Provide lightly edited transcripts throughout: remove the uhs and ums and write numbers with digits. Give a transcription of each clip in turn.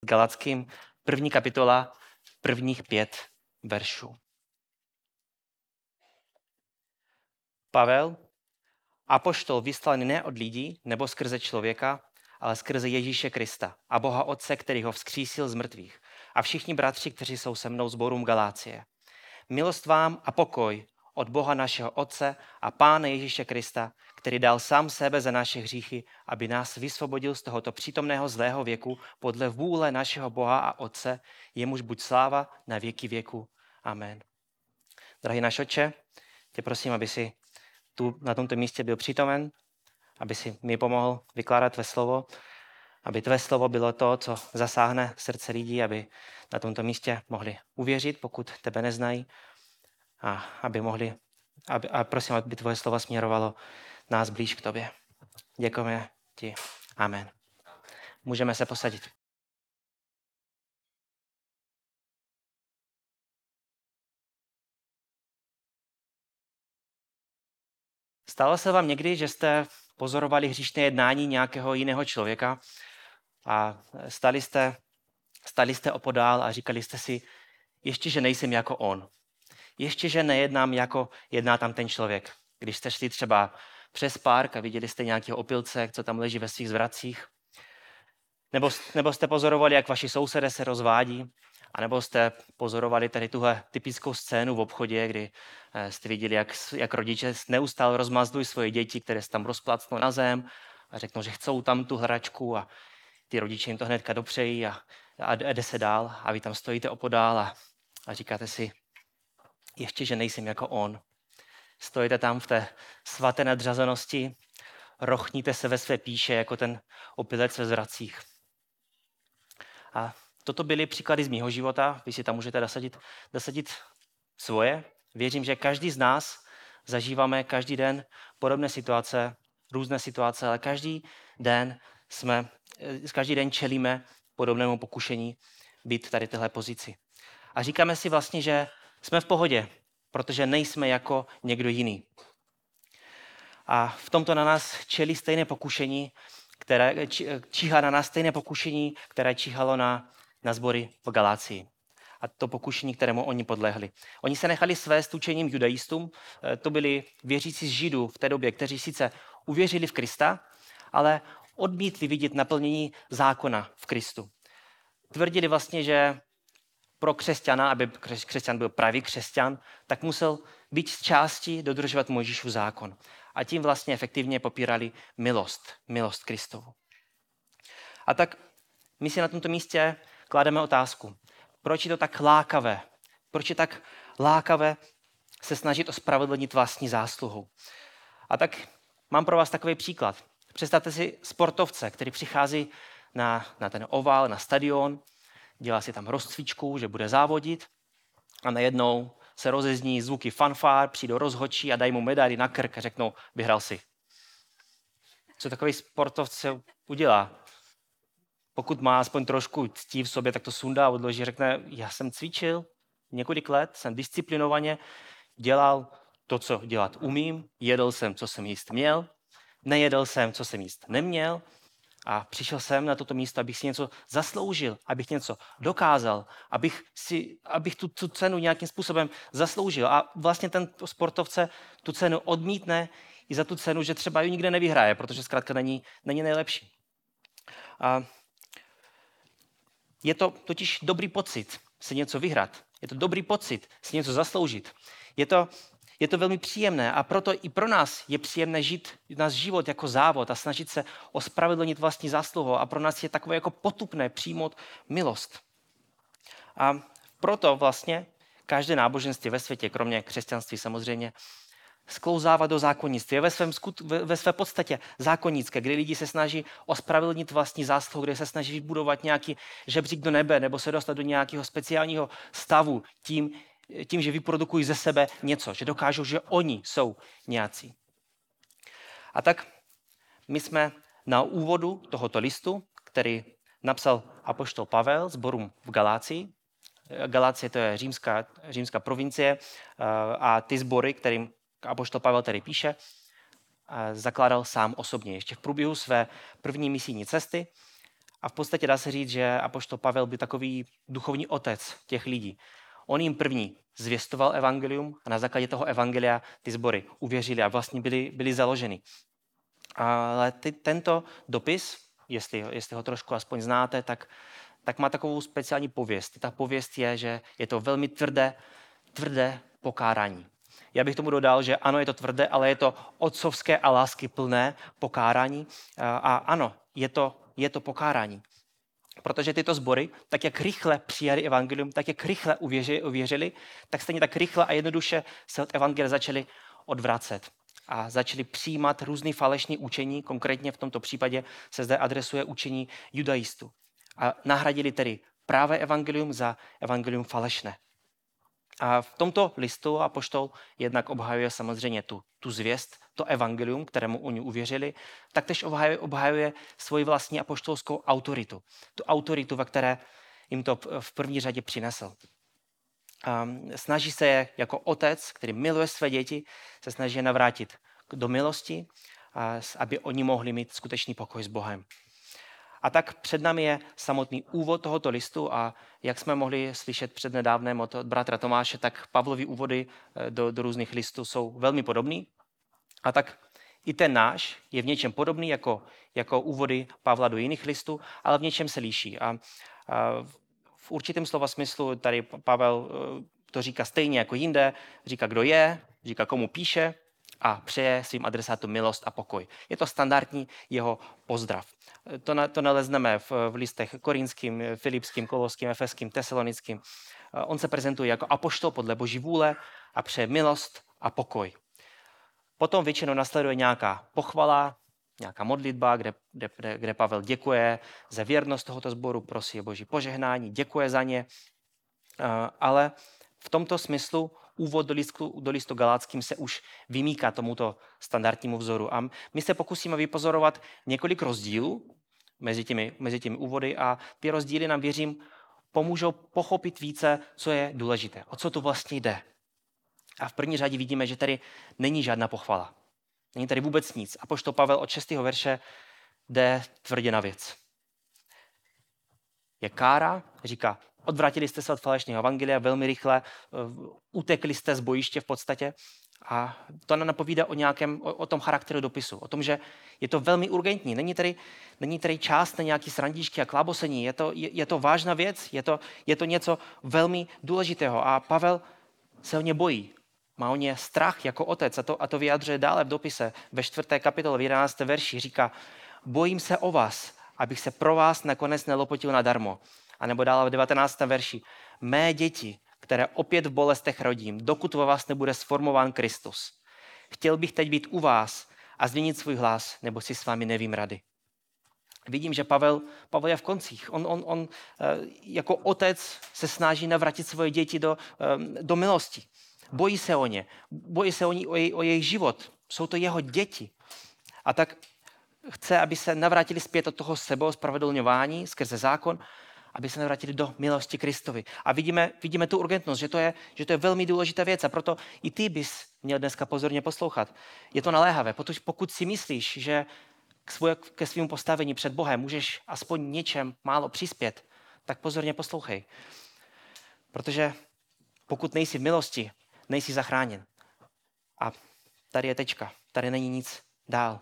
Galackým, 1. kapitola, prvních 5 veršů. Pavel, apoštol vyslaný ne od lidí nebo skrze člověka, ale skrze Ježíše Krista a Boha Otce, který ho vzkřísil z mrtvých. A všichni bratři, kteří jsou se mnou sborům Galácie. Milost vám a pokoj od Boha našeho Otce a Pána Ježíše Krista, který dal sám sebe za naše hříchy, aby nás vysvobodil z tohoto přítomného zlého věku podle vůle našeho Boha a Otce, jemuž buď sláva na věky věku. Amen. Drahý náš Otče, tě prosím, aby si tu na tomto místě byl přítomen, aby si mi pomohl vykládat tvé slovo, aby tvé slovo bylo to, co zasáhne srdce lidí, aby na tomto místě mohli uvěřit, pokud tebe neznají, a aby mohli, a prosím, aby tvoje slovo směrovalo nás blíž k tobě. Děkujeme ti. Amen. Můžeme se posadit. Stalo se vám někdy, že jste pozorovali hříšné jednání nějakého jiného člověka a stali jste opodál a říkali jste si, ještě, že nejsem jako on. Ještě, že nejednám, jako jedná tam ten člověk. Když jste šli třeba přes park a viděli jste nějakého opilce, co tam leží ve svých zvracích. Nebo jste pozorovali, jak vaši sousedé se rozvádí. A nebo jste pozorovali tady tuhle typickou scénu v obchodě, kdy jste viděli, jak rodiče neustále rozmazlují svoje děti, které se tam rozplácnou na zem a řeknou, že chcou tam tu hračku a ty rodiče jim to hnedka dopřejí a jde se dál a vy tam stojíte opodál a říkáte si, ještě, že nejsem jako on. Stojíte tam v té svaté nadřazenosti, rochníte se ve své píše jako ten opilec ve zvracích. A toto byly příklady z mýho života, vy si tam můžete dosadit svoje. Věřím, že každý z nás zažíváme každý den podobné situace, různé situace, ale každý den čelíme podobnému pokušení být tady téhle pozici. A říkáme si vlastně, že jsme v pohodě, protože nejsme jako někdo jiný. A v tomto na nás čelí stejné pokušení, číhá na nás stejné pokušení, které číhalo na sbory v Galácii. A to pokušení, kterému oni podlehli. Oni se nechali svést učením judaistům, to byli věřící z Židů v té době, kteří sice uvěřili v Krista, ale odmítli vidět naplnění zákona v Kristu. Tvrdili vlastně, že pro křesťana, aby křesťan byl pravý křesťan, tak musel být z části dodržovat Mojžíšův zákon. A tím vlastně efektivně popírali milost Kristovu. A tak my si na tomto místě klademe otázku, proč je to tak lákavé? Proč je tak lákavé se snažit ospravedlnit vlastní zásluhou? A tak mám pro vás takový příklad. Představte si sportovce, který přichází na ten oval, na stadion, dělá si tam rozcvičku, že bude závodit a najednou se rozezní zvuky fanfár, přijdou rozhodčí a dají mu medaili na krk a řeknou, vyhrál si. Co takový sportovce udělá? Pokud má aspoň trošku ctí v sobě, tak to sundá a odloží, řekne, já jsem cvičil několik let, jsem disciplinovaně dělal to, co dělat umím, jedl jsem, co jsem jíst měl, nejedl jsem, co jsem jíst neměl, a přišel jsem na toto místo, abych si něco zasloužil, abych něco dokázal, abych tu cenu nějakým způsobem zasloužil. A vlastně ten sportovce tu cenu odmítne i za tu cenu, že třeba ji nikde nevyhraje, protože zkrátka není nejlepší. A je to totiž dobrý pocit si něco vyhrát. Je to dobrý pocit si něco zasloužit. Je to velmi příjemné a proto i pro nás je příjemné žít náš život jako závod a snažit se ospravedlnit vlastní zásluhu a pro nás je takové jako potupné přijmout milost. A proto vlastně každé náboženství ve světě, kromě křesťanství samozřejmě, sklouzává do zákonnictví. Je ve své podstatě zákonnické, kdy lidi se snaží ospravedlnit vlastní zásluhu, kde se snaží vybudovat nějaký žebřík do nebe nebo se dostat do nějakého speciálního stavu tím, že vyprodukují ze sebe něco, že dokážou, že oni jsou nějací. A tak my jsme na úvodu tohoto listu, který napsal apoštol Pavel sborům v Galácii. Galácie to je římská provincie a ty sbory, kterým apoštol Pavel tady píše, zakládal sám osobně ještě v průběhu své první misijní cesty A v podstatě dá se říct, že apoštol Pavel byl takový duchovní otec těch lidí. On jim první zvěstoval evangelium a na základě toho evangelia ty sbory uvěřili a vlastně byli založeni. Ale tento dopis, jestli ho trošku aspoň znáte, tak má takovou speciální pověst. Ta pověst je, že je to velmi tvrdé pokárání. Já bych tomu dodal, že ano, je to tvrdé, ale je to otcovské a láskyplné pokárání. A ano, je to pokárání. Protože tyto sbory, tak jak rychle přijali evangelium, tak jak rychle uvěřili, tak stejně tak rychle a jednoduše se od evangelia začali odvracet a začali přijímat různý falešní učení, konkrétně v tomto případě se zde adresuje učení judaistů. A nahradili tedy právé evangelium za evangelium falešné. A v tomto listu apoštol jednak obhajuje samozřejmě tu zvěst, to evangelium, kterému oni uvěřili, taktéž obhajuje svoji vlastní apoštolskou autoritu. Tu autoritu, ve které jim to v první řadě přinesl. A snaží se je jako otec, který miluje své děti, se snaží je navrátit do milosti, aby oni mohli mít skutečný pokoj s Bohem. A tak před námi je samotný úvod tohoto listu a jak jsme mohli slyšet přednedávnem od bratra Tomáše, tak Pavlovy úvody do různých listů jsou velmi podobný. A tak i ten náš je v něčem podobný jako úvody Pavla do jiných listů, ale v něčem se liší. A v určitém slova smyslu tady Pavel to říká stejně jako jinde, říká, kdo je, říká, komu píše a přeje svým adresátům milost a pokoj. Je to standardní jeho pozdrav. To nalezneme v listech korinským, filipským, koloským, efeským, tesalonickým. On se prezentuje jako apoštol podle Boží vůle a přeje milost a pokoj. Potom většinou nasleduje nějaká pochvala, nějaká modlitba, kde Pavel děkuje za věrnost tohoto sboru, prosí o Boží požehnání, děkuje za ně. Ale v tomto smyslu úvod do listu Galatským se už vymýká tomuto standardnímu vzoru. A my se pokusíme vypozorovat několik rozdílů mezi těmi úvody a ty rozdíly nám, věřím, pomůžou pochopit více, co je důležité, o co tu vlastně jde. A v první řadě vidíme, že tady není žádná pochvala. Není tady vůbec nic. Apoštol Pavel od 6. verše jde tvrdě na věc. Je kára, říká, odvrátili jste se od falešného evangelia velmi rychle, utekli jste z bojiště v podstatě a to napovídá o tom charakteru dopisu, o tom, že je to velmi urgentní. Není tady čas na nějaké srandíčky a klábosení, je to vážná věc, je to něco velmi důležitého a Pavel se o ně bojí. Má o ně strach jako otec a to vyjadřuje dále v dopise ve 4. kapitole v 11. verši. Říká, bojím se o vás, abych se pro vás nakonec nelopotil nadarmo. A nebo dále v 19. verši. Mé děti, které opět v bolestech rodím, dokud ve vás nebude sformován Kristus. Chtěl bych teď být u vás a změnit svůj hlas, nebo si s vámi nevím rady. Vidím, že Pavel je v koncích. On jako otec se snaží navrátit svoje děti do milosti. Bojí se o ně. Bojí se o jejich život. Jsou to jeho děti. A tak chce, aby se navrátili zpět od toho sebeospravedlňování skrze zákon, aby se navrátili do milosti Kristovi. A vidíme tu urgentnost, že to je velmi důležitá věc a proto i ty bys měl dneska pozorně poslouchat. Je to naléhavé, protože pokud si myslíš, že ke svému postavení před Bohem můžeš aspoň něčem málo přispět, tak pozorně poslouchej. Protože pokud nejsi v milosti, nejsi zachráněn. A tady je tečka, tady není nic dál.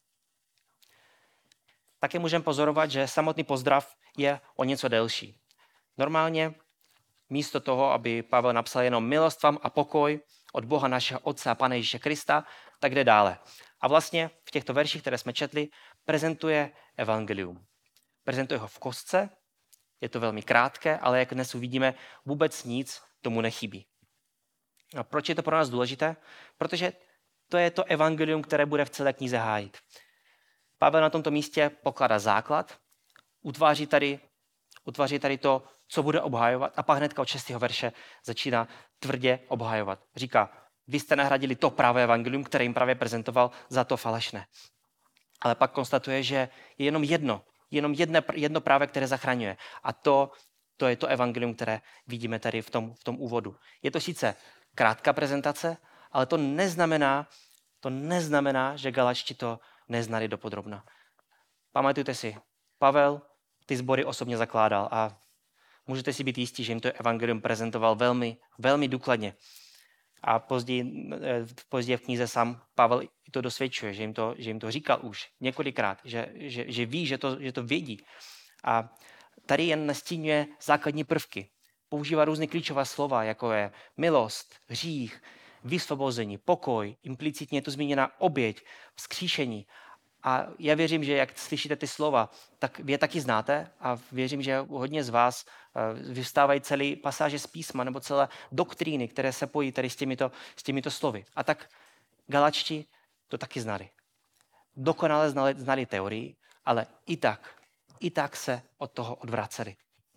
Také můžeme pozorovat, že samotný pozdrav je o něco delší. Normálně místo toho, aby Pavel napsal jenom milost vám a pokoj od Boha našeho Otce a Pana Ježíše Krista, tak jde dále. A vlastně v těchto verších, které jsme četli, prezentuje evangelium. Prezentuje ho v kostce, je to velmi krátké, ale jak dnes uvidíme, vůbec nic tomu nechybí. A proč je to pro nás důležité? Protože to je to evangelium, které bude v celé knize hájit. Pavel na tomto místě pokládá základ, utváří tady to, co bude obhajovat a pak hnedka od 6. verše začíná tvrdě obhajovat. Říká, vy jste nahradili to pravé evangelium, které jim právě prezentoval, za to falešné. Ale pak konstatuje, že je jenom jedno práve, které zachraňuje. A to je to evangelium, které vidíme tady v tom úvodu. Je to sice krátká prezentace, ale to neznamená, že Galačti to neznali dopodrobna. Pamatujte si, Pavel ty sbory osobně zakládal a můžete si být jistí, že jim to evangelium prezentoval velmi, velmi důkladně. A později v knize sám Pavel to dosvědčuje, že jim to říkal už několikrát, že ví, že to vědí. A tady jen nastínuje základní prvky. Používá různé klíčová slova, jako je milost, hřích, vysvobození, pokoj, implicitně je to zmíněna oběť, vzkříšení. A já věřím, že jak slyšíte ty slova, tak vy je taky znáte a věřím, že hodně z vás vyvstávají celé pasáže z písma nebo celé doktríny, které se pojí tady s těmito slovy. A tak Galačti to taky znali. Dokonale znali teorii, ale i tak se od toho odvraceli.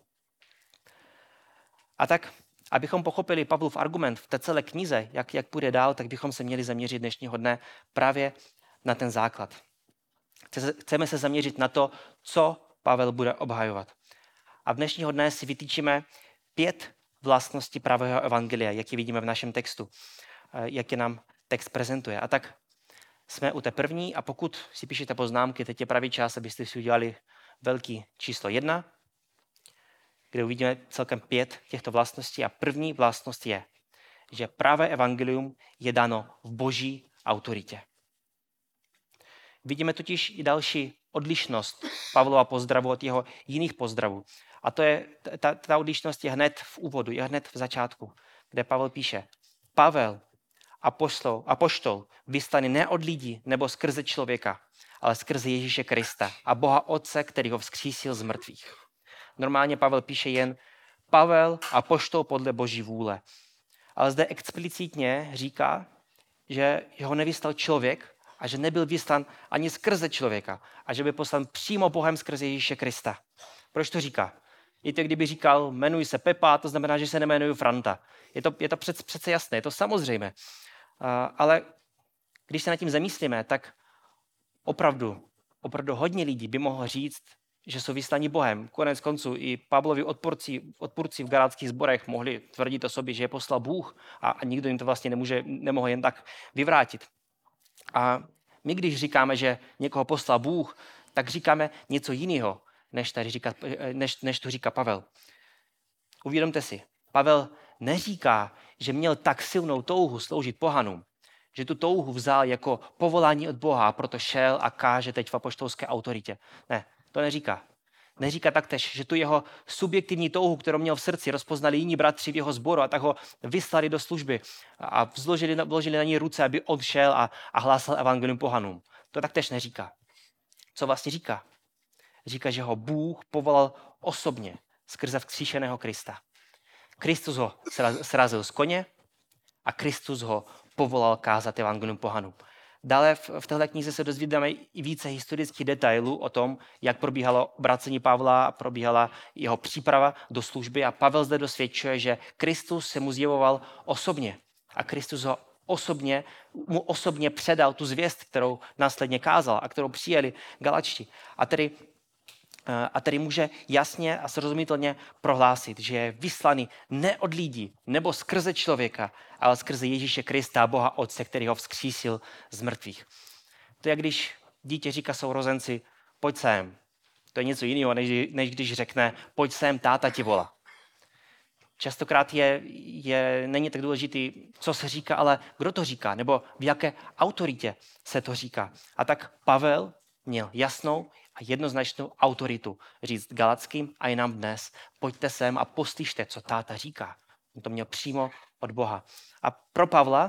A tak, abychom pochopili Pavlův argument v té celé knize, jak půjde dál, tak bychom se měli zaměřit dnešního dne právě na ten základ. Chceme se zaměřit na to, co Pavel bude obhajovat. A v dnešního dne si vytýčíme 5 vlastností pravého evangelia, jak je vidíme v našem textu, jak je nám text prezentuje. A tak jsme u té první a pokud si píšete poznámky, teď je pravý čas, abyste si udělali velký číslo 1, kde uvidíme celkem 5 těchto vlastností. A první vlastnost je, že pravé evangelium je dáno v boží autoritě. Vidíme totiž i další odlišnost Pavlova pozdravu od jeho jiných pozdravů. A to je, ta odlišnost je hned v úvodu, je hned v začátku, kde Pavel píše: Pavel, apoštol, vyslaný ne od lidí nebo skrze člověka, ale skrze Ježíše Krista a Boha Otce, který ho vzkřísil z mrtvých. Normálně Pavel píše jen Pavel, apoštol podle boží vůle. Ale zde explicitně říká, že ho nevyslal člověk, a že nebyl vyslán ani skrze člověka a že byl poslán přímo Bohem skrze Ježíše Krista. Proč to říká? Víte, kdyby říkal, jmenuji se Pepa, to znamená, že se nejmenuji Franta. Je to přece jasné, je to samozřejmé. Ale když se nad tím zamyslíme, tak opravdu hodně lidí by mohlo říct, že jsou vyslaní Bohem. Konec konců i Pavlovi odpůrci v galátských sborech mohli tvrdit o sobě, že je poslal Bůh a nikdo jim to vlastně nemohl jen tak vyvrátit. A my, když říkáme, že někoho poslal Bůh, tak říkáme něco jiného, než to říká Pavel. Uvědomte si, Pavel neříká, že měl tak silnou touhu sloužit pohanům, že tu touhu vzal jako povolání od Boha a proto šel a káže teď v apoštolské autoritě. Ne, to neříká. Neříká taktéž, že tu jeho subjektivní touhu, kterou měl v srdci, rozpoznali jiní bratři v jeho sboru a tak ho vyslali do služby a vložili na něj ruce, aby on šel a hlásal evangelium pohanům. To taktéž neříká. Co vlastně říká? Říká, že ho Bůh povolal osobně skrze vzkříšeného Krista. Kristus ho srazil z koně a Kristus ho povolal kázat evangelium pohanům. Dále v téhle knize se dozvídáme i více historických detailů o tom, jak probíhalo obracení Pavla a probíhala jeho příprava do služby. A Pavel zde dosvědčuje, že Kristus se mu zjevoval osobně. A Kristus mu osobně předal tu zvěst, kterou následně kázal a kterou přijali Galačti. A tedy může jasně a srozumitelně prohlásit, že je vyslaný ne od lidí nebo skrze člověka, ale skrze Ježíše Krista a Boha Otce, který ho vzkřísil z mrtvých. To je, když dítě říká sourozenci, pojď sem. To je něco jiného, než když řekne, pojď sem, táta ti volá. Častokrát není tak důležitý, co se říká, ale kdo to říká, nebo v jaké autoritě se to říká. A tak Pavel měl jasnou a jednoznačnou autoritu říct Galackým a i nám dnes, pojďte sem a poslyšte, co táta říká. On to měl přímo od Boha. A pro Pavla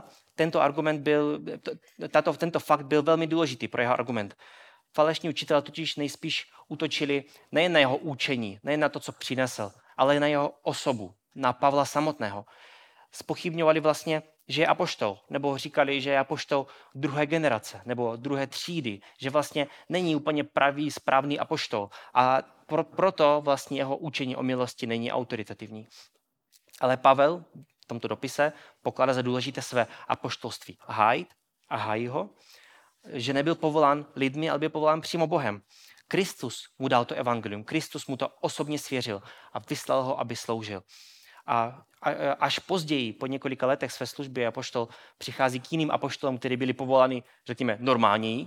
tento fakt byl velmi důležitý pro jeho argument. Falešní učitelé totiž nejspíš útočili nejen na jeho učení, nejen na to, co přinesl, ale i na jeho osobu, na Pavla samotného. Zpochybňovali vlastně, že je apoštol, nebo říkali, že je apoštol druhé generace, nebo druhé třídy, že vlastně není úplně pravý, správný apoštol a proto vlastně jeho učení o milosti není autoritativní. Ale Pavel v tomto dopise pokládá za důležité své apoštolství hájit a hájí ho, že nebyl povolán lidmi, ale byl povolán přímo Bohem. Kristus mu dal to evangelium, Kristus mu to osobně svěřil a vyslal ho, aby sloužil. A až později, po několika letech své služby, apoštol přichází k jiným apoštolům, kteří byli povoláni, řekněme, normálněji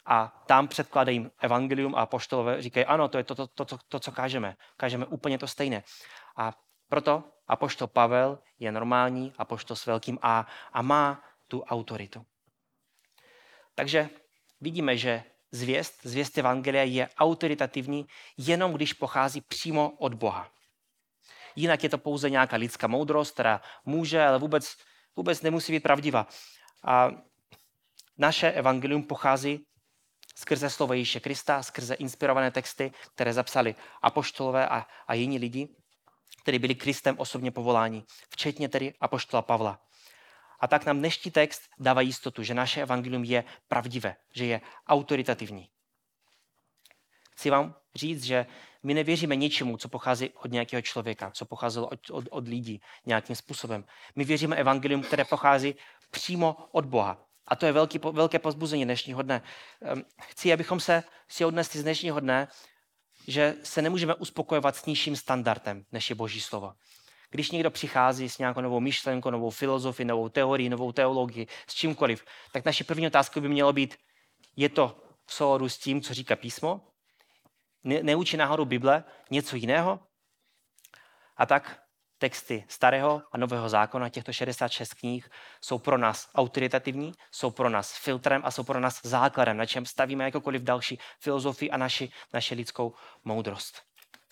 a tam předkládají evangelium a apoštolové říkají, ano, to je to, co kážeme. Kážeme úplně to stejné. A proto apoštol Pavel je normální apoštol s velkým a má tu autoritu. Takže vidíme, že zvěst evangelia je autoritativní jenom když pochází přímo od Boha. Jinak je to pouze nějaká lidská moudrost, která může, ale vůbec nemusí být pravdivá. A naše evangelium pochází skrze slovo Ježíše Krista, skrze inspirované texty, které zapsali apoštolové a jiní lidi, kteří byli Kristem osobně povoláni, včetně tedy apoštola Pavla. A tak nám dnešní text dává jistotu, že naše evangelium je pravdivé, že je autoritativní. Chci vám říct, že my nevěříme ničemu, co pochází od nějakého člověka, co pocházelo od lidí nějakým způsobem. My věříme evangelium, které pochází přímo od Boha. A to je velké povzbuzení dnešního dne. Chci, abychom si odnesli z dnešního dne, že se nemůžeme uspokojovat s nižším standardem, než je Boží slovo. Když někdo přichází s nějakou novou myšlenkou, novou filozofii, novou teorii, novou teologii, s čímkoliv, tak naše první otázka by mělo být, je to v souladu s tím, co říká písmo? Neučí náhodou Bible něco jiného? A tak texty Starého a Nového zákona, těchto 66 knih, jsou pro nás autoritativní, jsou pro nás filtrem a jsou pro nás základem, na čem stavíme jakoukoliv další filozofii a naši lidskou moudrost.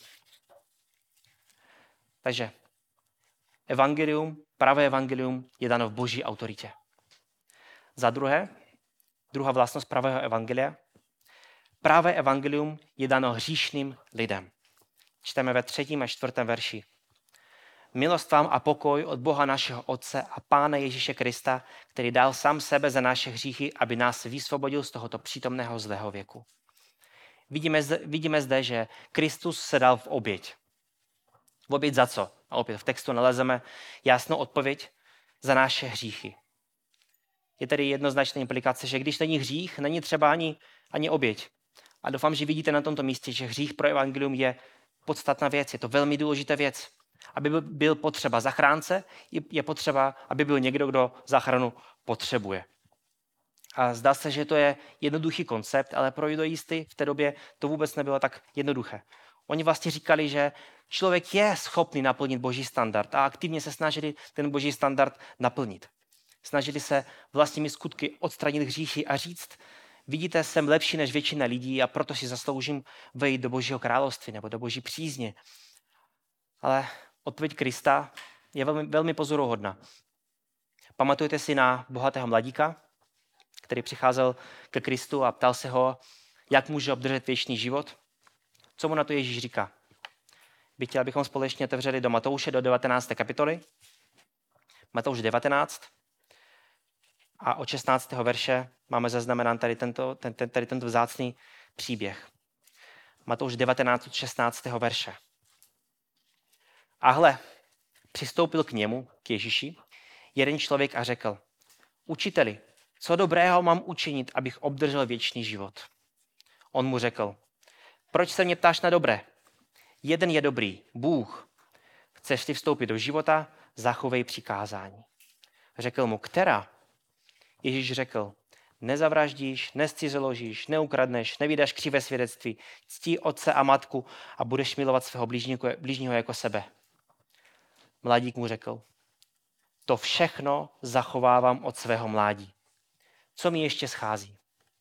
Takže evangelium, pravé evangelium je dáno v Boží autoritě. Za druhé, druhá vlastnost pravého evangelia, pravé evangelium je dáno hříšným lidem. Čteme ve 3. a 4. verši. Milost vám a pokoj od Boha našeho Otce a Pána Ježíše Krista, který dal sám sebe za naše hříchy, aby nás vysvobodil z tohoto přítomného zlého věku. Vidíme zde, že Kristus se dal v oběť. V oběť za co? A opět v textu nalezeme jasnou odpověď za naše hříchy. Je tedy jednoznačná implikace, že když není hřích, není třeba ani oběť. A doufám, že vidíte na tomto místě, že hřích pro evangelium je podstatná věc, je to velmi důležitá věc. Aby byl potřeba zachránce, je potřeba, aby byl někdo, kdo záchranu potřebuje. A zdá se, že to je jednoduchý koncept, ale pro judaisty v té době to vůbec nebylo tak jednoduché. Oni vlastně říkali, že člověk je schopný naplnit Boží standard a aktivně se snažili ten Boží standard naplnit. Snažili se vlastními skutky odstranit hříchy a říct, vidíte, jsem lepší než většina lidí a proto si zasloužím vejít do Božího království nebo do Boží přízně. Ale odpověď Krista je velmi pozoruhodná. Pamatujete si na bohatého mladíka, který přicházel ke Kristu a ptal se ho, jak může obdržet věčný život? Co mu na to Ježíš říká? Bych chtěl, abychom společně otevřeli do Matouše do 19. kapitoly. Matouš 19. A od 16. verše máme zaznamenán tady tento vzácný příběh. Matouš 19. od 16. verše. A hle, přistoupil k němu, k Ježíši, jeden člověk a řekl, učiteli, co dobrého mám učinit, abych obdržel věčný život? On mu řekl, proč se mě ptáš na dobré? Jeden je dobrý, Bůh. Chceš-li vstoupit do života, zachovej přikázání. Řekl mu, která? Ježíš řekl, nezavraždíš, nezcizoložíš, neukradneš, nevydáš křivé svědectví, ctí otce a matku a budeš milovat svého blížního jako sebe. Mladík mu řekl, to všechno zachovávám od svého mládí. Co mi ještě schází?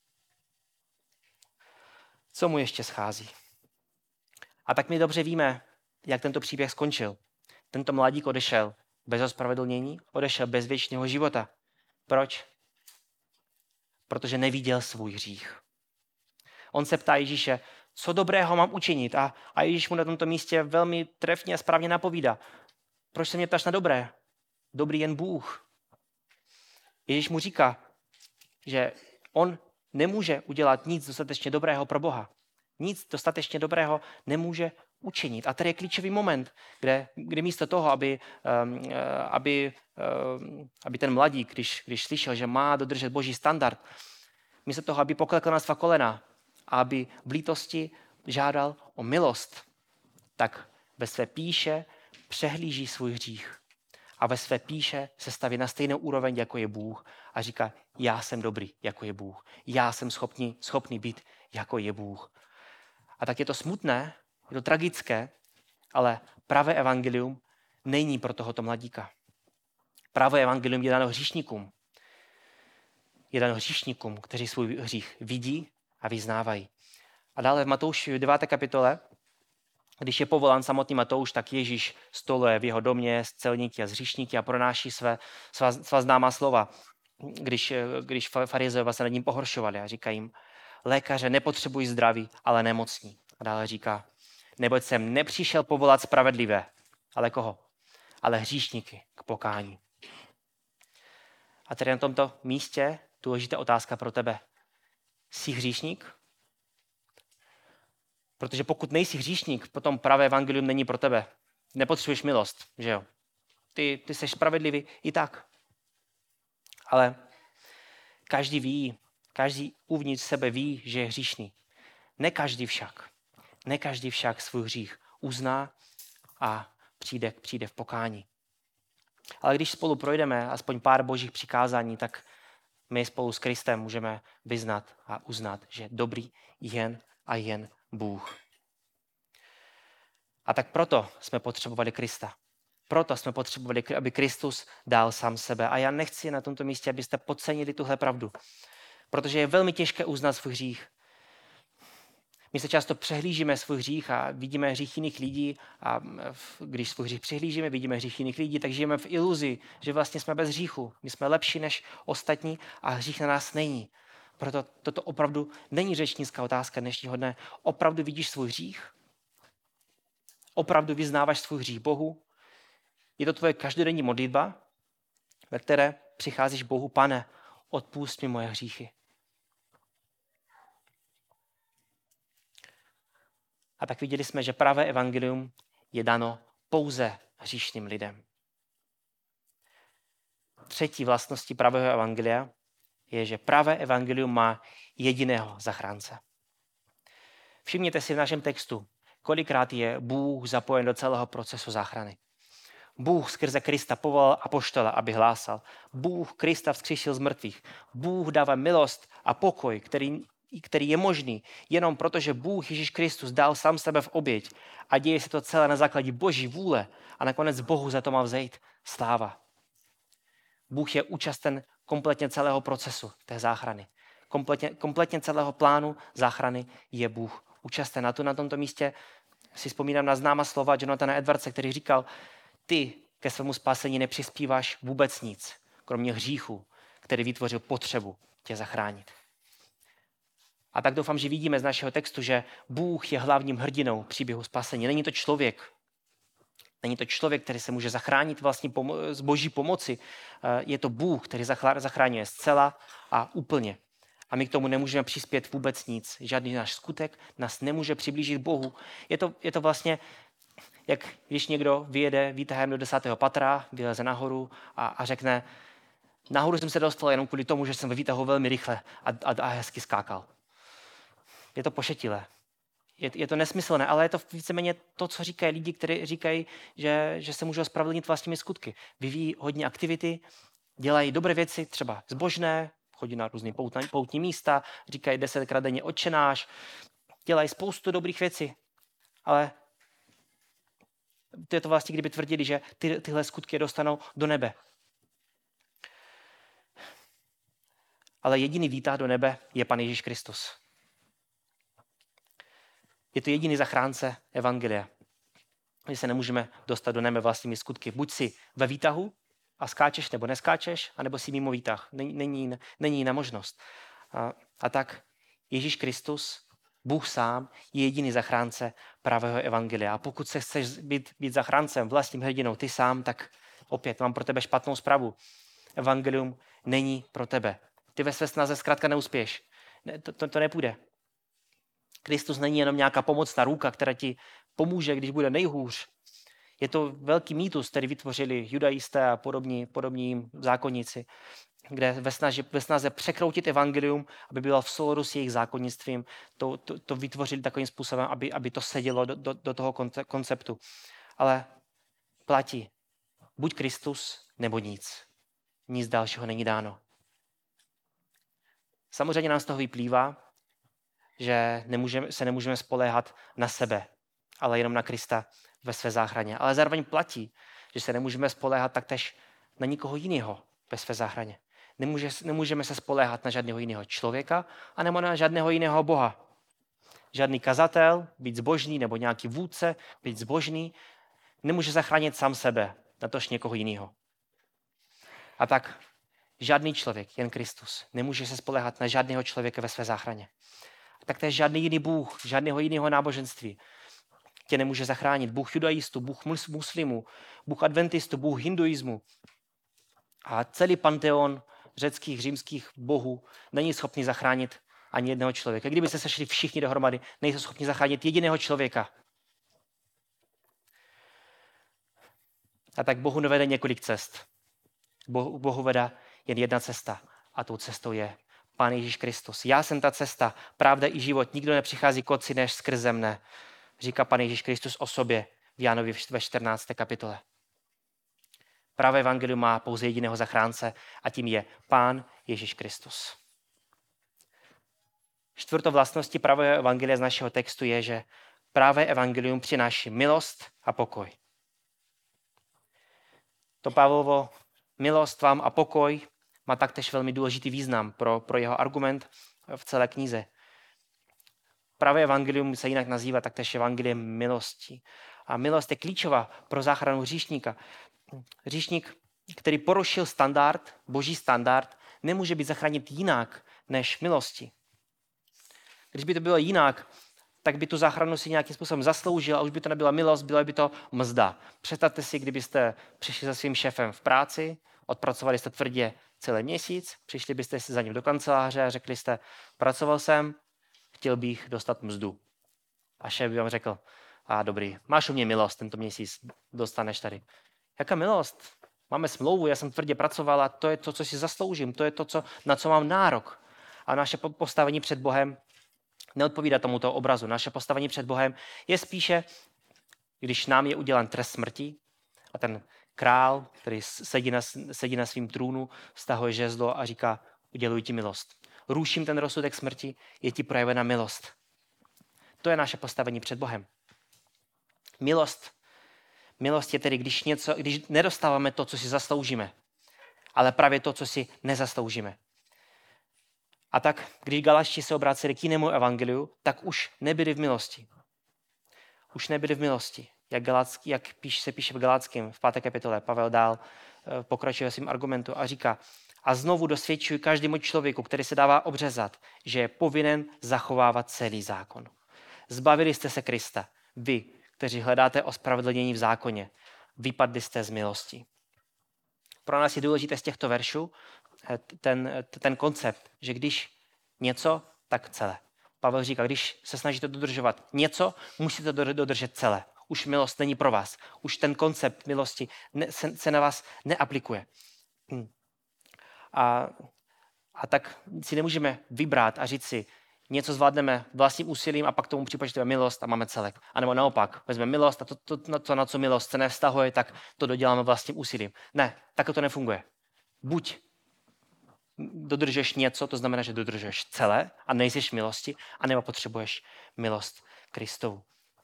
Co mu ještě schází? A tak my dobře víme, jak tento příběh skončil. Tento mladík odešel bez ospravedlnění, odešel bez věčného života. Proč? Protože neviděl svůj hřích. On se ptá Ježíše, co dobrého mám učinit? A Ježíš mu na tomto místě velmi trefně a správně napovídá. Proč se mě ptáš na dobré? Dobrý jen Bůh. Ježíš mu říká, že on nemůže udělat nic dostatečně dobrého pro Boha. Nic dostatečně dobrého nemůže učinit. A tady je klíčový moment, kde místo toho, aby ten mladík, když slyšel, že má dodržet Boží standard, místo toho, aby poklekl na svá kolena a aby v lítosti žádal o milost, tak ve své píše přehlíží svůj hřích a ve své píše se staví na stejnou úroveň, jako je Bůh a říká, já jsem dobrý, jako je Bůh. Já jsem schopný být, jako je Bůh. A tak je to smutné, je to tragické, ale pravé evangelium není pro tohoto mladíka. Pravé evangelium je dáno hříšníkům. Je dáno hříšníkům, kteří svůj hřích vidí a vyznávají. A dále v Matouši v 9. kapitole, když je povolán samotný Matouš, tak Ježíš stoluje v jeho domě s celníky a s hříšníky a pronáší svá známá slova, když farizeové se nad ním pohoršovali a říkají jim, lékaře nepotřebují zdraví, ale nemocní. A dále říká, neboť jsem nepřišel povolat spravedlivé, ale koho? Ale hříšníky k pokání. A tedy na tomto místě důležitá otázka pro tebe. Jsi hříšník? Protože pokud nejsi hříšník, potom pravé evangelium není pro tebe. Nepotřebuješ milost, že jo? Ty jsi spravedlivý i tak. Ale každý uvnitř sebe ví, že je hříšný. Ne každý však svůj hřích uzná a přijde v pokání. Ale když spolu projdeme aspoň pár božích přikázání, tak my spolu s Kristem můžeme vyznat a uznat, že dobrý jen a jen Bůh. A tak proto jsme potřebovali Krista. Proto jsme potřebovali, aby Kristus dal sám sebe. A já nechci na tomto místě, abyste podcenili tuhle pravdu. Protože je velmi těžké uznat svůj hřích. My se často přehlížíme svůj hřích a vidíme hřích jiných lidí a když svůj hřích přehlížíme, vidíme hřích jiných lidí, tak žijeme v iluzi, že vlastně jsme bez hříchu. My jsme lepší než ostatní a hřích na nás není. Proto toto opravdu není řečnická otázka dnešního dne. Opravdu vidíš svůj hřích? Opravdu vyznáváš svůj hřích Bohu? Je to tvoje každodenní modlitba, ve které přicházíš Bohu, Pane, odpusť mi moje hříchy. A tak viděli jsme, že pravé evangelium je dano pouze hříšným lidem. Třetí vlastností pravého evangelia je, že pravé evangelium má jediného zachránce. Všimněte si v našem textu, kolikrát je Bůh zapojen do celého procesu záchrany. Bůh skrze Krista povolal apoštola, aby hlásal. Bůh Krista vzkříšil z mrtvých. Bůh dává milost a pokoj, který je možný jenom proto, že Bůh Ježíš Kristus dal sám sebe v oběť a děje se to celé na základě Boží vůle a nakonec Bohu za to má vzejít sláva. Bůh je účasten kompletně celého procesu té záchrany. Kompletně celého plánu záchrany je Bůh účasten. A tu na tomto místě si vzpomínám na známá slova Jonathana Edwardse, který říkal, ty ke svému spasení nepřispíváš vůbec nic, kromě hříchu, který vytvořil potřebu tě zachránit. A tak doufám, že vidíme z našeho textu, že Bůh je hlavním hrdinou příběhu spasení. Není to člověk. Není to člověk, který se může zachránit vlastně z boží pomoci. Je to Bůh, který zachráňuje zcela a úplně. A my k tomu nemůžeme přispět vůbec nic. Žádný náš skutek nás nemůže přiblížit Bohu. Je to vlastně, jak když někdo vyjede výtahem do 10. patra, vyleze nahoru a řekne, nahoru jsem se dostal jenom kvůli tomu, že jsem ve výtahu velmi rychle a hezky skákal. Je to pošetilé. Je to nesmyslné, ale je to víceméně to, co říkají lidi, kteří říkají, že se můžou ospravedlnit vlastními skutky. Vyvíjí hodně aktivity, dělají dobré věci, třeba zbožné, chodí na různé poutní místa, říkají 10krát denně otčenáš, dělají spoustu dobrých věcí. Ale to je to vlastně, kdyby tvrdili, že tyhle skutky je dostanou do nebe. Ale jediný výtah do nebe je Pan Ježíš Kristus. Je to jediný zachránce evangelia. My se nemůžeme dostat do nebe vlastními skutky. Buď si ve výtahu a skáčeš nebo neskáčeš, anebo si mimo výtah. Není jiná možnost. A tak Ježíš Kristus, Bůh sám, je jediný zachránce pravého evangelia. A pokud se chceš být zachráncem, vlastním hrdinou, ty sám, tak opět mám pro tebe špatnou zprávu. Evangelium není pro tebe. Ty ve své snaze zkrátka neuspěješ. To nepůjde. Kristus není jenom nějaká pomocná ruka, která ti pomůže, když bude nejhůř. Je to velký mýtus, který vytvořili judaisté a podobní zákonníci, kde ve snaze překroutit evangelium, aby bylo v souladu s jejich zákonnictvím, to vytvořili takovým způsobem, aby to sedělo do toho konceptu. Ale platí. Buď Kristus, nebo nic. Nic dalšího není dáno. Samozřejmě nám z toho vyplývá, že se nemůžeme spoléhat na sebe, ale jenom na Krista ve své záchraně. Ale zároveň platí, že se nemůžeme spoléhat taktéž na nikoho jiného ve své záchraně. Nemůžeme se spoléhat na žádného jiného člověka anebo na žádného jiného Boha. Žádný kazatel, být zbožný, nebo nějaký vůdce, být zbožný, nemůže zachránit sám sebe, natož někoho jiného. A tak žádný člověk, jen Kristus, nemůže se spoléhat na žádného člověka ve své záchraně. A tak též žádný jiný Bůh, žádného jiného náboženství tě nemůže zachránit. Bůh judaistů, Bůh muslimů, Bůh adventistů, Bůh hinduismu. A celý panteon řeckých, římských bohů není schopný zachránit ani jednoho člověka. Kdyby se sešli všichni dohromady, nejsou schopni zachránit jediného člověka. A tak Bohu nevede několik cest. Bohu vede jen jedna cesta. A tou cestou je Pán Ježíš Kristus. Já jsem ta cesta, pravda i život. Nikdo nepřichází k Otci než skrze mne. Říká Pán Ježíš Kristus o sobě v Jánovi ve 14. kapitole. Pravé evangelium má pouze jediného zachránce a tím je Pán Ježíš Kristus. Čtvrtou vlastností pravého evangelia z našeho textu je, že pravé evangelium přináší milost a pokoj. To Pavlovo milost vám a pokoj má taktéž velmi důležitý význam pro jeho argument v celé knize. Pravé evangelium se jinak nazývá taktéž evangeliem milosti. A milost je klíčová pro záchranu hříšníka. Hříšník, který porušil standard, boží standard, nemůže být zachránit jinak než milosti. Když by to bylo jinak, tak by tu záchranu si nějakým způsobem zasloužil a už by to nebyla milost, byla by to mzda. Představte si, kdybyste přišli za svým šéfem v práci, odpracovali jste tvrdě celý měsíc, přišli byste si za ním do kanceláře a řekli jste, pracoval jsem, chtěl bych dostat mzdu. A šéf by vám řekl, a dobrý, máš u mě milost, tento měsíc dostaneš tady. Jaká milost? Máme smlouvu, já jsem tvrdě pracovala, to je to, co si zasloužím, to je to, na co mám nárok. A naše postavení před Bohem neodpovídá tomuto obrazu. Naše postavení před Bohem je spíše, když nám je udělan trest smrti a ten král, který sedí na svým trůnu, stahuje žezlo a říká, uděluji ti milost. Ruším ten rozsudek smrti, je ti projevena milost. To je naše postavení před Bohem. Milost je tedy, když nedostáváme to, co si zasloužíme, ale právě to, co si nezasloužíme. A tak, když Galačtí se obraceli k jinému evangeliu, tak už nebyli v milosti. Už nebyli v milosti. Jak se píše v Galackém, v 5. kapitole, Pavel dál pokračuje svým argumentu a říká, a znovu dosvědčuji každému člověku, který se dává obřezat, že je povinen zachovávat celý zákon. Zbavili jste se Krista, vy, kteří hledáte ospravedlnění v zákoně. Vypadli jste z milosti. Pro nás je důležité z těchto veršů ten koncept, že když něco, tak celé. Pavel říká, když se snažíte dodržovat něco, musíte dodržet celé. Už milost není pro vás. Už ten koncept milosti se na vás neaplikuje. A tak si nemůžeme vybrat a říct si, něco zvládneme vlastním úsilím a pak tomu připočteme milost a máme celek. A nebo naopak, vezmeme milost a to, na co milost se nevztahuje, tak to doděláme vlastním úsilím. Ne, takhle to nefunguje. Buď dodržeš něco, to znamená, že dodržuješ celé a nejsiš v milosti, anebo potřebuješ milost Kristovu.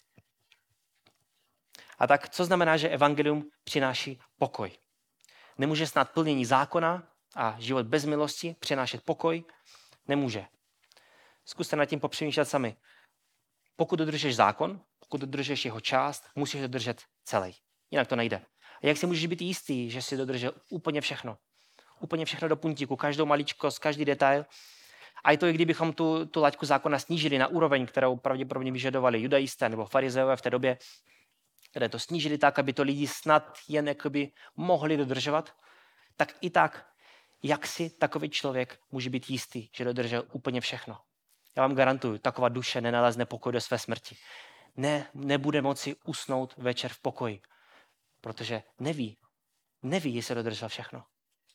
A tak, co znamená, že evangelium přináší pokoj? Nemůže snad plnění zákona a život bez milosti přinášet pokoj? Nemůže. Zkuste nad tím popřemýšlet sami. Pokud dodržeš zákon, pokud dodržeš jeho část, musíš dodržet celý. Jinak to nejde. A jak si můžeš být jistý, že jsi dodržel úplně všechno? Úplně všechno do puntíku, každou maličkost, každý detail. A je to, i kdybychom tu laťku zákona snížili na úroveň, kterou pravděpodobně vyžadovali judaisté nebo farizeové v té době, které to snížili tak, aby to lidi snad jen jakoby mohli dodržovat, tak i tak, jak si takový člověk může být jistý, že dodržel úplně všechno. Já vám garantuju, taková duše nenalezne pokoj do své smrti. Nebude moci usnout večer v pokoji, protože neví, jestli dodržel všechno.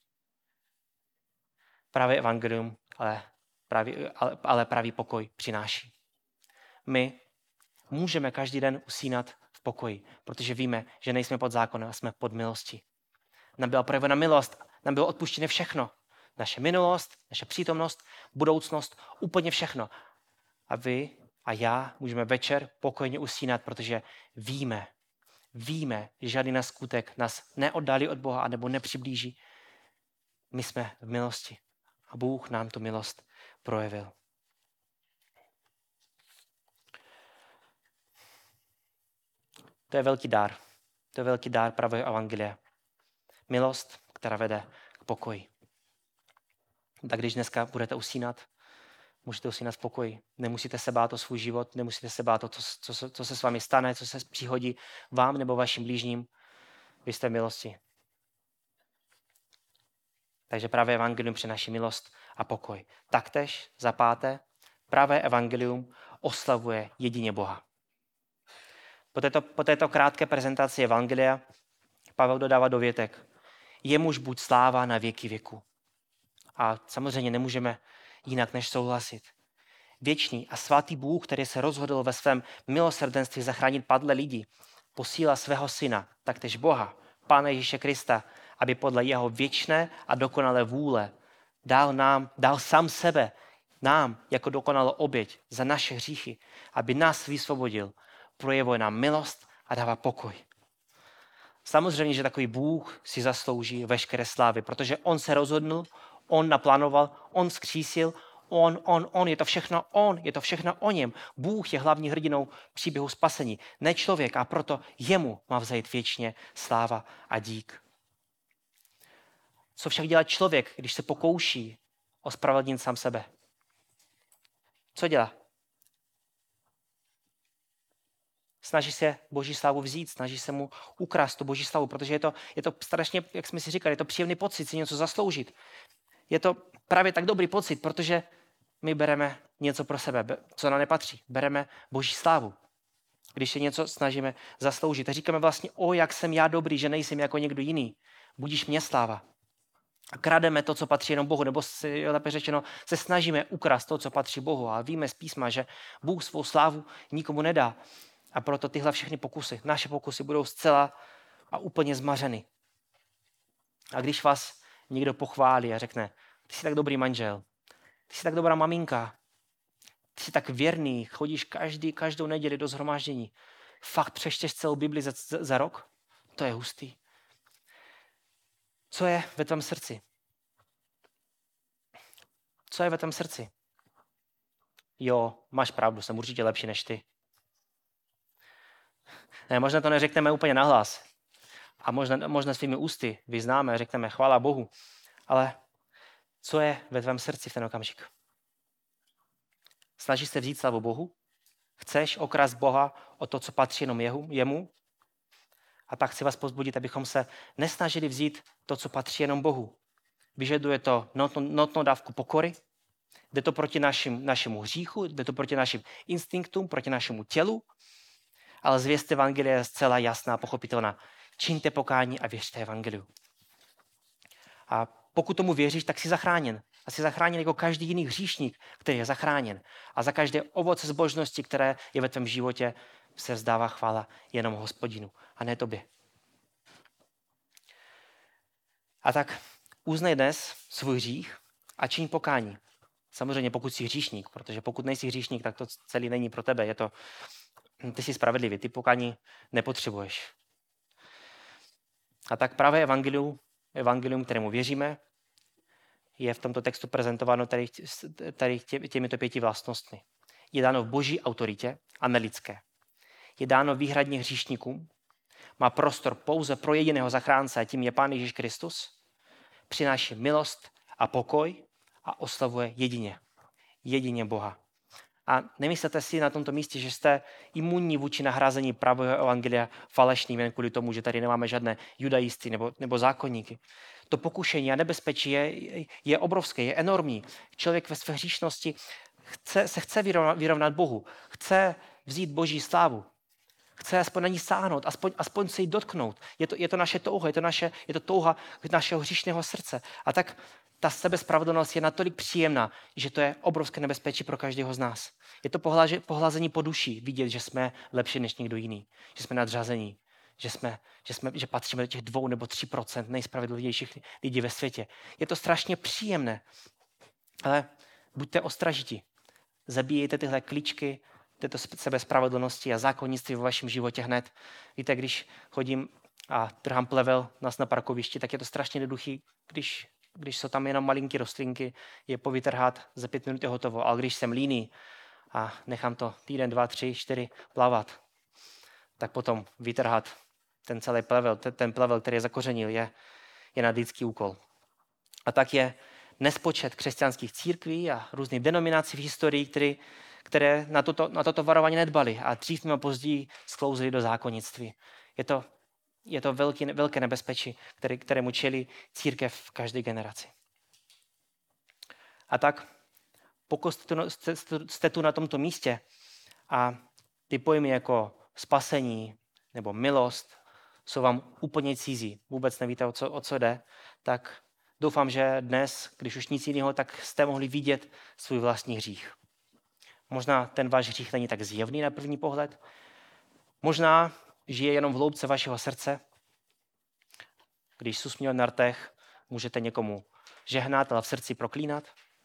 Právě evangelium, ale pravý pokoj přináší. My můžeme každý den usínat v pokoji, protože víme, že nejsme pod zákonem a jsme pod milostí. nám byla projevena milost, nám bylo odpuštěné všechno. Naše minulost, naše přítomnost, budoucnost, úplně všechno. A vy a já můžeme večer pokojně usínat, protože víme, že žádný náš skutek nás neoddálí od Boha anebo nepřiblíží. My jsme v milosti a Bůh nám tu milost projevil. To je velký dár. To je velký dár pravého evangelia. Milost, která vede k pokoji. Tak když dneska budete usínat, můžete usínat v pokoji. Nemusíte se bát o svůj život, nemusíte se bát o to, co se s vámi stane, co se přihodí vám nebo vašim blížním. Vy jste v milosti. Takže pravé evangelium přináší milost a pokoj. Taktéž za páté, pravé evangelium oslavuje jedině Boha. Po této krátké prezentaci evangelia Pavel dodává dovětek. Jemuž buď sláva na věky věku. A samozřejmě nemůžeme jinak než souhlasit. Věčný a svatý Bůh, který se rozhodl ve svém milosrdenství zachránit padlé lidi, posílá svého syna, taktéž Boha, Pána Ježíše Krista, aby podle jeho věčné a dokonalé vůle dal sám sebe nám jako dokonalou oběť za naše hříchy, aby nás vysvobodil, projevuje nám milost a dává pokoj. Samozřejmě, že takový Bůh si zaslouží veškeré slávy, protože on se rozhodnul, on naplánoval, on vzkřísil, je to všechno o něm. Bůh je hlavní hrdinou příběhu spasení, ne člověk, a proto jemu má vzejít věčně sláva a dík. Co však dělá člověk, když se pokouší ospravedlnit sám sebe? Co dělá? Snaží se Boží slávu vzít, snaží se mu ukrást tu Boží slávu, protože je to strašně, jak jsme si říkali, je to příjemný pocit si něco zasloužit. Je to právě tak dobrý pocit, protože my bereme něco pro sebe, co nám nepatří. Bereme Boží slávu, když se něco snažíme zasloužit. A říkáme vlastně, jak jsem já dobrý, že nejsem jako někdo jiný. Budíš mě sláva. A krademe to, co patří jenom Bohu, nebo lépe řečeno, se snažíme ukrást to, co patří Bohu. A víme z písma, že Bůh svou slávu nikomu nedá. A proto tyhle všechny pokusy, naše pokusy budou zcela a úplně zmařeny. A když vás někdo pochválí a řekne, ty jsi tak dobrý manžel, ty jsi tak dobrá maminka, ty jsi tak věrný, chodíš každou neděli do shromáždění, fakt přečteš celou Bibli za rok, to je hustý. Co je ve tvém srdci? Co je ve tvém srdci? Jo, máš pravdu, jsem určitě lepší než ty. Ne, možná to neřekneme úplně nahlas. A možná svými ústy vyznáme, řekneme chvála Bohu. Ale co je ve tvém srdci v ten okamžik? Snažíš se vzít slavu Bohu? Chceš okrást Boha o to, co patří jenom jemu? A tak chci vás povzbudit, abychom se nesnažili vzít to, co patří jenom Bohu. Vyžaduje to notnou dávku pokory, jde to proti našemu hříchu, jde to proti našim instinktům, proti našemu tělu, ale zvěst evangelia je zcela jasná a pochopitelná. Čiňte pokání a věřte evangeliu. A pokud tomu věříš, tak jsi zachráněn. A jsi zachráněn jako každý jiný hříšník, který je zachráněn. A za každé ovoce zbožnosti, které je ve tvém životě, se vzdává chvála jenom Hospodinu a ne tobě. A tak uznej dnes svůj hřích a čiň pokání. Samozřejmě pokud jsi hříšník, protože pokud nejsi hříšník, tak to celý není pro tebe. Ty jsi spravedlivý, ty pokání nepotřebuješ. A tak pravé evangelium, kterému věříme, je v tomto textu prezentováno tady těmito 5 vlastnostmi. Je dáno v boží autoritě a nelidské. Je dáno výhradně hříšníkům, má prostor pouze pro jediného zachránce a tím je Pán Ježíš Kristus, přináší milost a pokoj a oslavuje jedině Boha. A nemyslete si na tomto místě, že jste imunní vůči nahrazení pravého evangelia falešným jen kvůli tomu, že tady nemáme žádné judaisty nebo zákonníky. To pokušení a nebezpečí je obrovské, je enormní. Člověk ve své hříšnosti se chce vyrovnat Bohu, chce vzít Boží slávu, chce aspoň na ní sáhnout, aspoň se jí dotknout. Je to naše touha, je to touha našeho hříšného srdce. A tak ta sebespravedlnost je natolik příjemná, že to je obrovské nebezpečí pro každého z nás. Je to pohlazení po duši, vidět, že jsme lepší než někdo jiný, že jsme nadřazení, že patříme do těch 2 nebo 3% nejspravedlivějších lidí ve světě. Je to strašně příjemné, ale buďte ostražití. Zabíjejte tyhle klíčky této sebespravedlnosti a zákonnictví ve vašem životě hned. Víte, když chodím a trhám plevel nás na parkovišti, tak je to strašně jednoduchý, když jsou tam jenom malinký rostlinky, je povytrhat, za 5 minut je hotovo. Ale když jsem líný a nechám to týden, 2, 3, 4 plavat, tak potom vytrhat ten celý plevel, ten plevel, který je zakořenil, je nadlidský úkol. A tak je nespočet křesťanských církví a různých denominací v historii, které na toto varování nedbali a dřív nebo později sklouzli do zákonnictví. Je to velké nebezpečí, kterému čelí církev v každé generaci. A tak, pokud jste tu na tomto místě a ty pojmy jako spasení nebo milost jsou vám úplně cizí, vůbec nevíte, o co jde, tak doufám, že dnes, když už nic jiného, tak jste mohli vidět svůj vlastní hřích. Možná ten váš hřích není tak zjevný na první pohled, možná žije jenom v hloubce vašeho srdce. Když jsi usměl na rtech, můžete někomu žehnat, ale v srdci proklínat.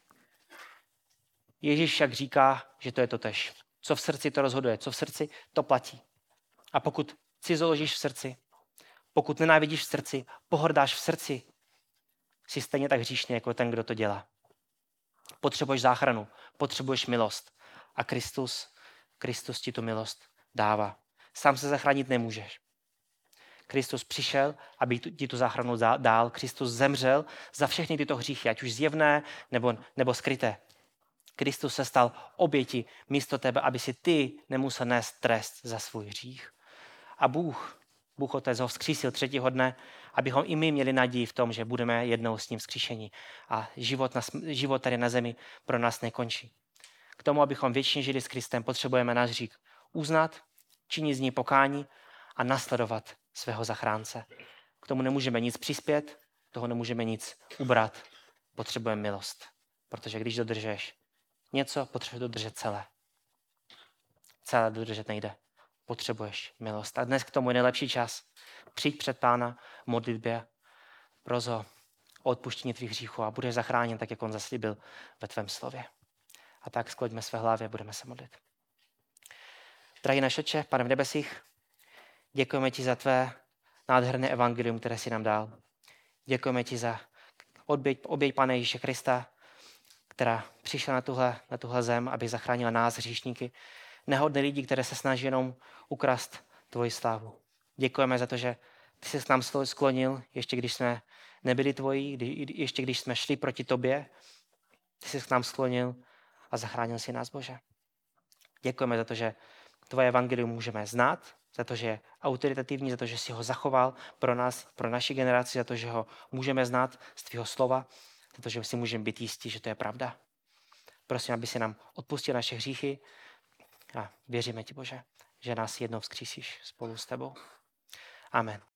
Ježíš však říká, že to je totéž. Co v srdci, to rozhoduje. Co v srdci, to platí. A pokud cizoložíš v srdci, pokud nenávidíš v srdci, pohrdáš v srdci, jsi stejně tak hříšný jako ten, kdo to dělá. Potřebuješ záchranu, potřebuješ milost. A Kristus ti tu milost dává. Sám se zachránit nemůžeš. Kristus přišel, aby ti tu záchranu dal. Kristus zemřel za všechny tyto hříchy, ať už zjevné nebo skryté. Kristus se stal oběti místo tebe, aby si ty nemusel nést trest za svůj hřích. A Bůh Otec ho vzkřísil 3. dne, abychom i my měli naději v tom, že budeme jednou s ním vzkříšení. A život tady na zemi pro nás nekončí. K tomu, abychom věčně žili s Kristem, potřebujeme náš hřích uznat, činit z ní pokání a nasledovat svého zachránce. K tomu nemůžeme nic přispět, toho nemůžeme nic ubrat. Potřebujeme milost, protože když dodržeš něco, potřebuješ dodržet celé. Celé dodržet nejde. Potřebuješ milost. A dnes k tomu je nejlepší čas. Přijď před Pána v modlitbě, pros ho o odpuštění tvých hříchů a budeš zachráněn, tak jak on zaslíbil ve tvém slově. A tak skloňme své hlavy a budeme se modlit. Drahý náš Otče, Pane v nebesích, děkujeme ti za tvé nádherné evangelium, které jsi nám dal. Děkujeme ti za oběť Pána Ježíše Krista, která přišla na tuhle zem, aby zachránila nás, hříšníky, nehodné lidi, které se snaží jenom ukrást tvoji slávu. Děkujeme za to, že ty jsi s nám sklonil, ještě když jsme nebyli tvoji, ještě když jsme šli proti tobě, ty jsi s nám sklonil a zachránil si nás, Bože. Děkujeme za to, že tvoje evangelium můžeme znát, za to, že je autoritativní, za to, že jsi ho zachoval pro nás, pro naši generaci, za to, že ho můžeme znát z tvého slova, za to, že si můžeme být jistí, že to je pravda. Prosím, aby si nám odpustil naše hříchy a věříme ti, Bože, že nás jednou vzkřísíš spolu s tebou. Amen.